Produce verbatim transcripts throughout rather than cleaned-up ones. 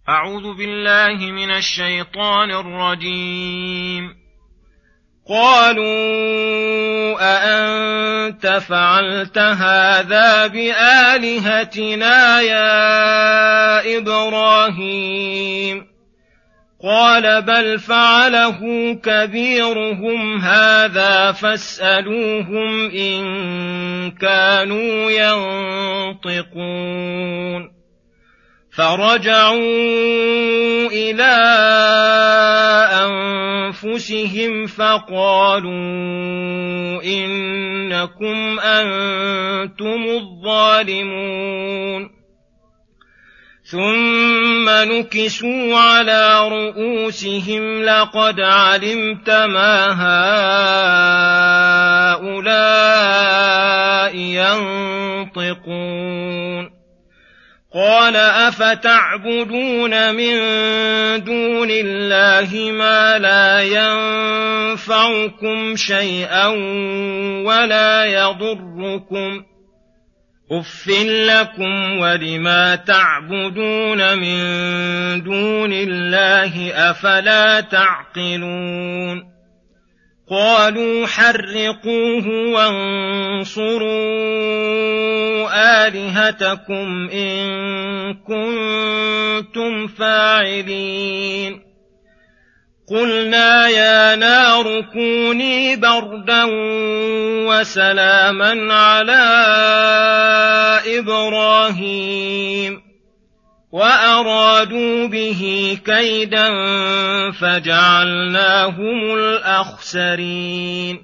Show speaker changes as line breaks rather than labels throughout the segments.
أعوذ بالله من الشيطان الرجيم. قالوا أأنت فعلت هذا بآلهتنا يا إبراهيم؟ قال بل فعله كبيرهم هذا فاسألوهم إن كانوا ينطقون. فرجعوا إلى أنفسهم فقالوا إنكم أنتم الظالمون. ثم نكسوا على رؤوسهم لقد علمت ما هؤلاء ينطقون. قال أفتعبدون من دون الله ما لا ينفعكم شيئا ولا يضركم أف لكم ولما تعبدون من دون الله أفلا تعقلون. قالوا حرقوه وانصروا آلهتكم إن كنتم فاعلين. قلنا يا نار كوني بردا وسلاما على إبراهيم وأرادوا به كيدا فجعلناهم الأخسرين.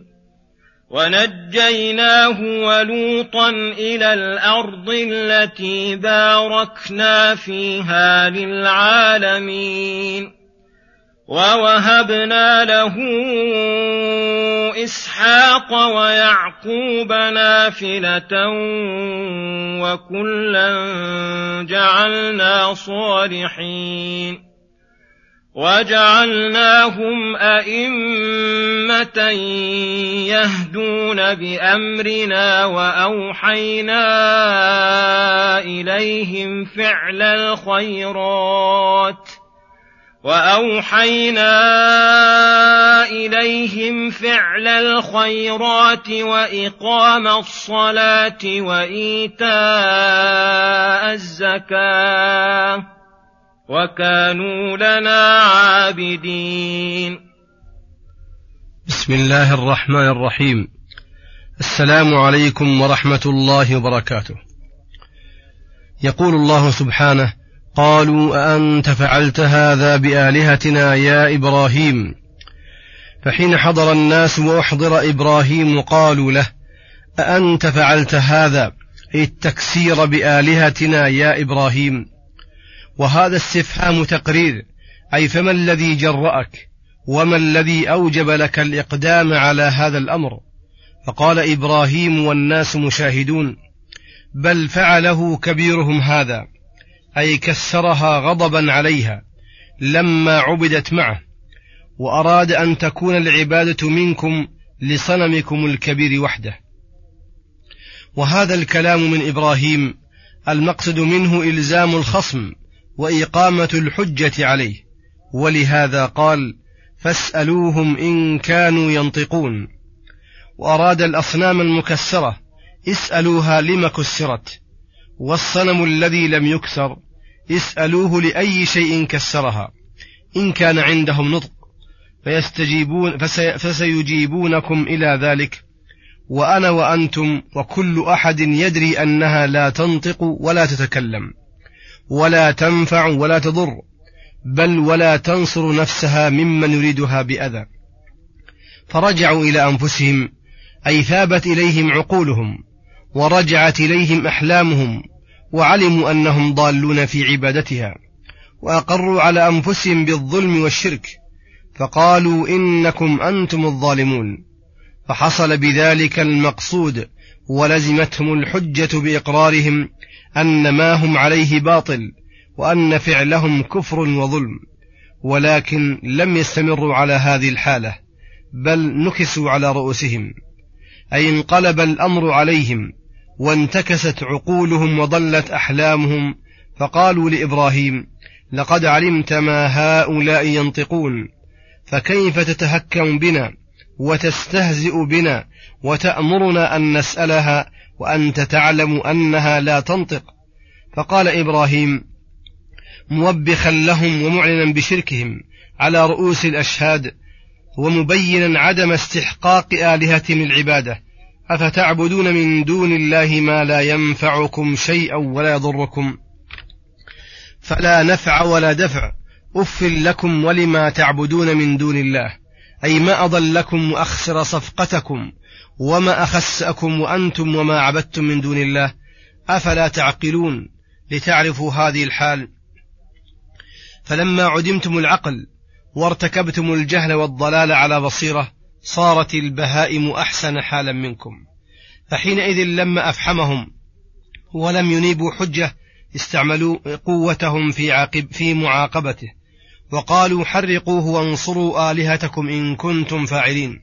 ونجيناه ولوطا إلى الأرض التي باركنا فيها للعالمين. ووهبنا له إسحاق ويعقوب نافلة وكلا جعلنا صالحين. وجعلناهم أئمة يهدون بأمرنا وأوحينا إليهم فعل الخيرات وأوحينا إليهم فعل الخيرات وإقام الصلاة وإيتاء الزكاة وكانوا لنا عابدين.
بسم الله الرحمن الرحيم. السلام عليكم ورحمة الله وبركاته. يقول الله سبحانه: قالوا أأنت فعلت هذا بآلهتنا يا إبراهيم؟ فحين حضر الناس وأحضر إبراهيم قالوا له: أأنت فعلت هذا، أي التكسير بآلهتنا يا إبراهيم. وهذا استفهام تقرير، أي فما الذي جرأك وما الذي أوجب لك الإقدام على هذا الأمر؟ فقال إبراهيم والناس مشاهدون: بل فعله كبيرهم هذا، أي كسرها غضبا عليها لما عبدت معه، وأراد أن تكون العبادة منكم لصنمكم الكبير وحده. وهذا الكلام من إبراهيم المقصد منه إلزام الخصم وإقامة الحجة عليه، ولهذا قال: فاسألوهم إن كانوا ينطقون. وأراد الأصنام المكسرة اسألوها لم كسرت، والصنم الذي لم يكسر اسألوه لأي شيء كسرها إن كان عندهم نطق فيستجيبون فسيجيبونكم إلى ذلك. وأنا وأنتم وكل أحد يدري أنها لا تنطق ولا تتكلم ولا تنفع ولا تضر، بل ولا تنصر نفسها ممن يريدها بأذى. فرجعوا إلى أنفسهم، أي ثابت إليهم عقولهم ورجعت إليهم أحلامهم، وعلموا أنهم ضالون في عبادتها، وأقروا على أنفسهم بالظلم والشرك، فقالوا إنكم أنتم الظالمون. فحصل بذلك المقصود، ولزمتهم الحجة بإقرارهم أن ما هم عليه باطل، وأن فعلهم كفر وظلم. ولكن لم يستمروا على هذه الحالة، بل نكسوا على رؤوسهم، أي انقلب الأمر عليهم وانتكست عقولهم وضلت أحلامهم. فقالوا لإبراهيم: لقد علمت ما هؤلاء ينطقون، فكيف تتهكم بنا وتستهزئ بنا وتأمرنا أن نسألها وأنت تعلم أنها لا تنطق؟ فقال إبراهيم موبخا لهم ومعلنا بشركهم على رؤوس الأشهاد ومبينا عدم استحقاق آلهتهم العبادة: أفتعبدون من دون الله ما لا ينفعكم شيئا ولا يضركم؟ فلا نفع ولا دفع، أف لكم ولما تعبدون من دون الله، أي ما أضلكم وأخسر صفقتكم وما أخسأكم وأنتم وما عبدتم من دون الله، أفلا تعقلون لتعرفوا هذه الحال؟ فلما عدمتم العقل وارتكبتم الجهل والضلال على بصيرة صارت البهائم أحسن حالا منكم، فحينئذ لما أفحمهم ولم ينيبوا حجة استعملوا قوتهم في, عاقب في معاقبته، وقالوا حرقوه وانصروا آلهتكم إن كنتم فاعلين،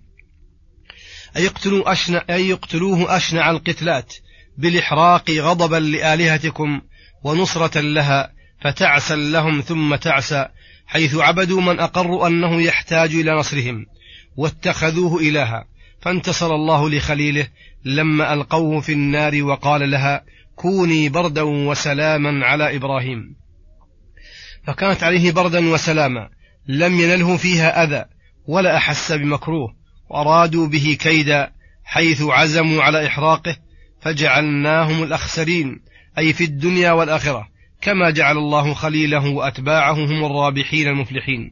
أي يقتلوا أشنع أي يقتلوه أشنع القتلات بالإحراق غضبا لآلهتكم ونصرة لها، فتعسا لهم ثم تعسى، حيث عبدوا من أقروا أنه يحتاج إلى نصرهم واتخذوه إلها. فانتصر الله لخليله لما ألقوه في النار وقال لها كوني بردا وسلاما على إبراهيم، فكانت عليه بردا وسلاما، لم ينله فيها أذى ولا أحس بمكروه، وأرادوا به كيدا حيث عزموا على إحراقه، فجعلناهم الأخسرين أي في الدنيا والآخرة، كما جعل الله خليله وأتباعه هم الرابحين المفلحين.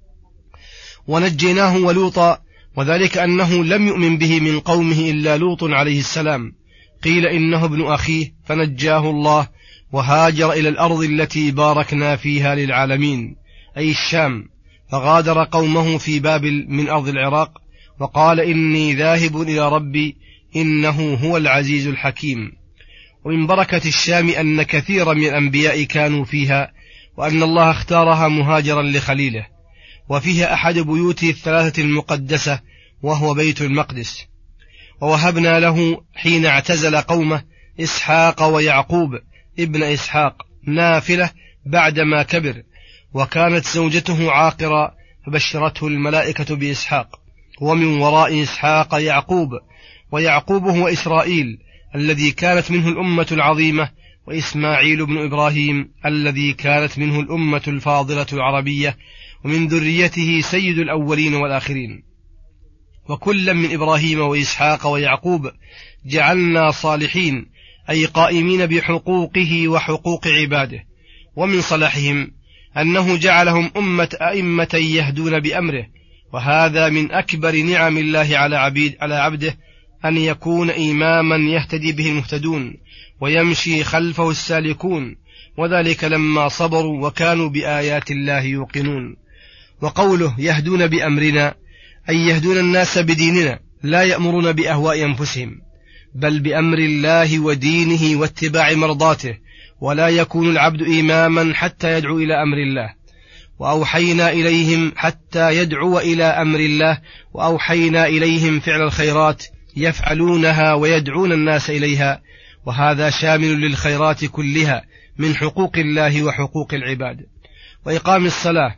ونجيناه ولوطا، وذلك أنه لم يؤمن به من قومه إلا لوط عليه السلام، قيل إنه ابن أخيه فنجاه الله وهاجر إلى الأرض التي باركنا فيها للعالمين أي الشام، فغادر قومه في بابل من أرض العراق وقال إني ذاهب إلى ربي إنه هو العزيز الحكيم. ومن بركة الشام أن كثيرا من الأنبياء كانوا فيها، وأن الله اختارها مهاجرا لخليله، وفيها أحد بيوته الثلاثة المقدسة وهو بيت المقدس. ووهبنا له حين اعتزل قومه إسحاق ويعقوب ابن إسحاق نافلة بعدما كبر، وكانت زوجته عاقرة فبشرته الملائكة بإسحاق، ومن وراء إسحاق يعقوب، ويعقوب هو إسرائيل الذي كانت منه الأمة العظيمة، وإسماعيل بن إبراهيم الذي كانت منه الأمة الفاضلة العربية، ومن ذريته سيد الأولين والآخرين. وكلا من إبراهيم وإسحاق ويعقوب جعلنا صالحين أي قائمين بحقوقه وحقوق عباده. ومن صلاحهم أنه جعلهم أمة أئمة يهدون بأمره، وهذا من أكبر نعم الله على عبيد على عبده أن يكون إماما يهتدي به المهتدون ويمشي خلفه السالكون، وذلك لما صبروا وكانوا بآيات الله يوقنون. وقوله يهدون بأمرنا أي يهدون الناس بديننا، لا يأمرون بأهواء أنفسهم بل بأمر الله ودينه واتباع مرضاته، ولا يكون العبد إماما حتى يدعو إلى أمر الله. وأوحينا إليهم حتى يدعو إلى أمر الله، وأوحينا إليهم فعل الخيرات يفعلونها ويدعون الناس إليها، وهذا شامل للخيرات كلها من حقوق الله وحقوق العباد. وإقام الصلاة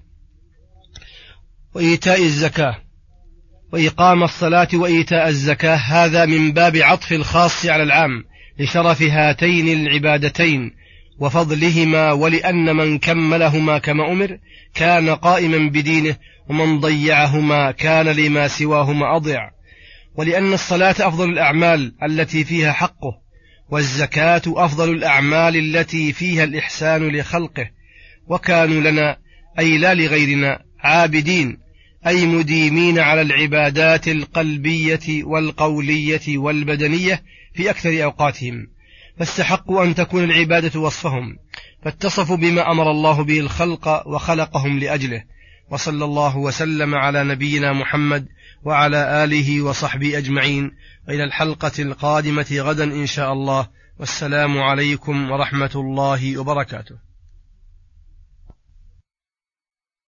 وإيتاء الزكاة وإقام الصلاة وإيتاء الزكاة، هذا من باب عطف الخاص على العام لشرف هاتين العبادتين وفضلهما، ولأن من كملهما كما أمر كان قائما بدينه، ومن ضيعهما كان لما سواهما أضيع. ولأن الصلاة أفضل الأعمال التي فيها حقه، والزكاة أفضل الأعمال التي فيها الإحسان لخلقه، وكانوا لنا أي لا لغيرنا عابدين أي مديمين على العبادات القلبية والقولية والبدنية في أكثر أوقاتهم، فاستحقوا أن تكون العبادة وصفهم، فاتصفوا بما أمر الله به الخلق وخلقهم لأجله. وصلى الله وسلم على نبينا محمد وعلى آله وصحبه أجمعين، وإلى الحلقة القادمة غدا إن شاء الله، والسلام عليكم ورحمة الله وبركاته.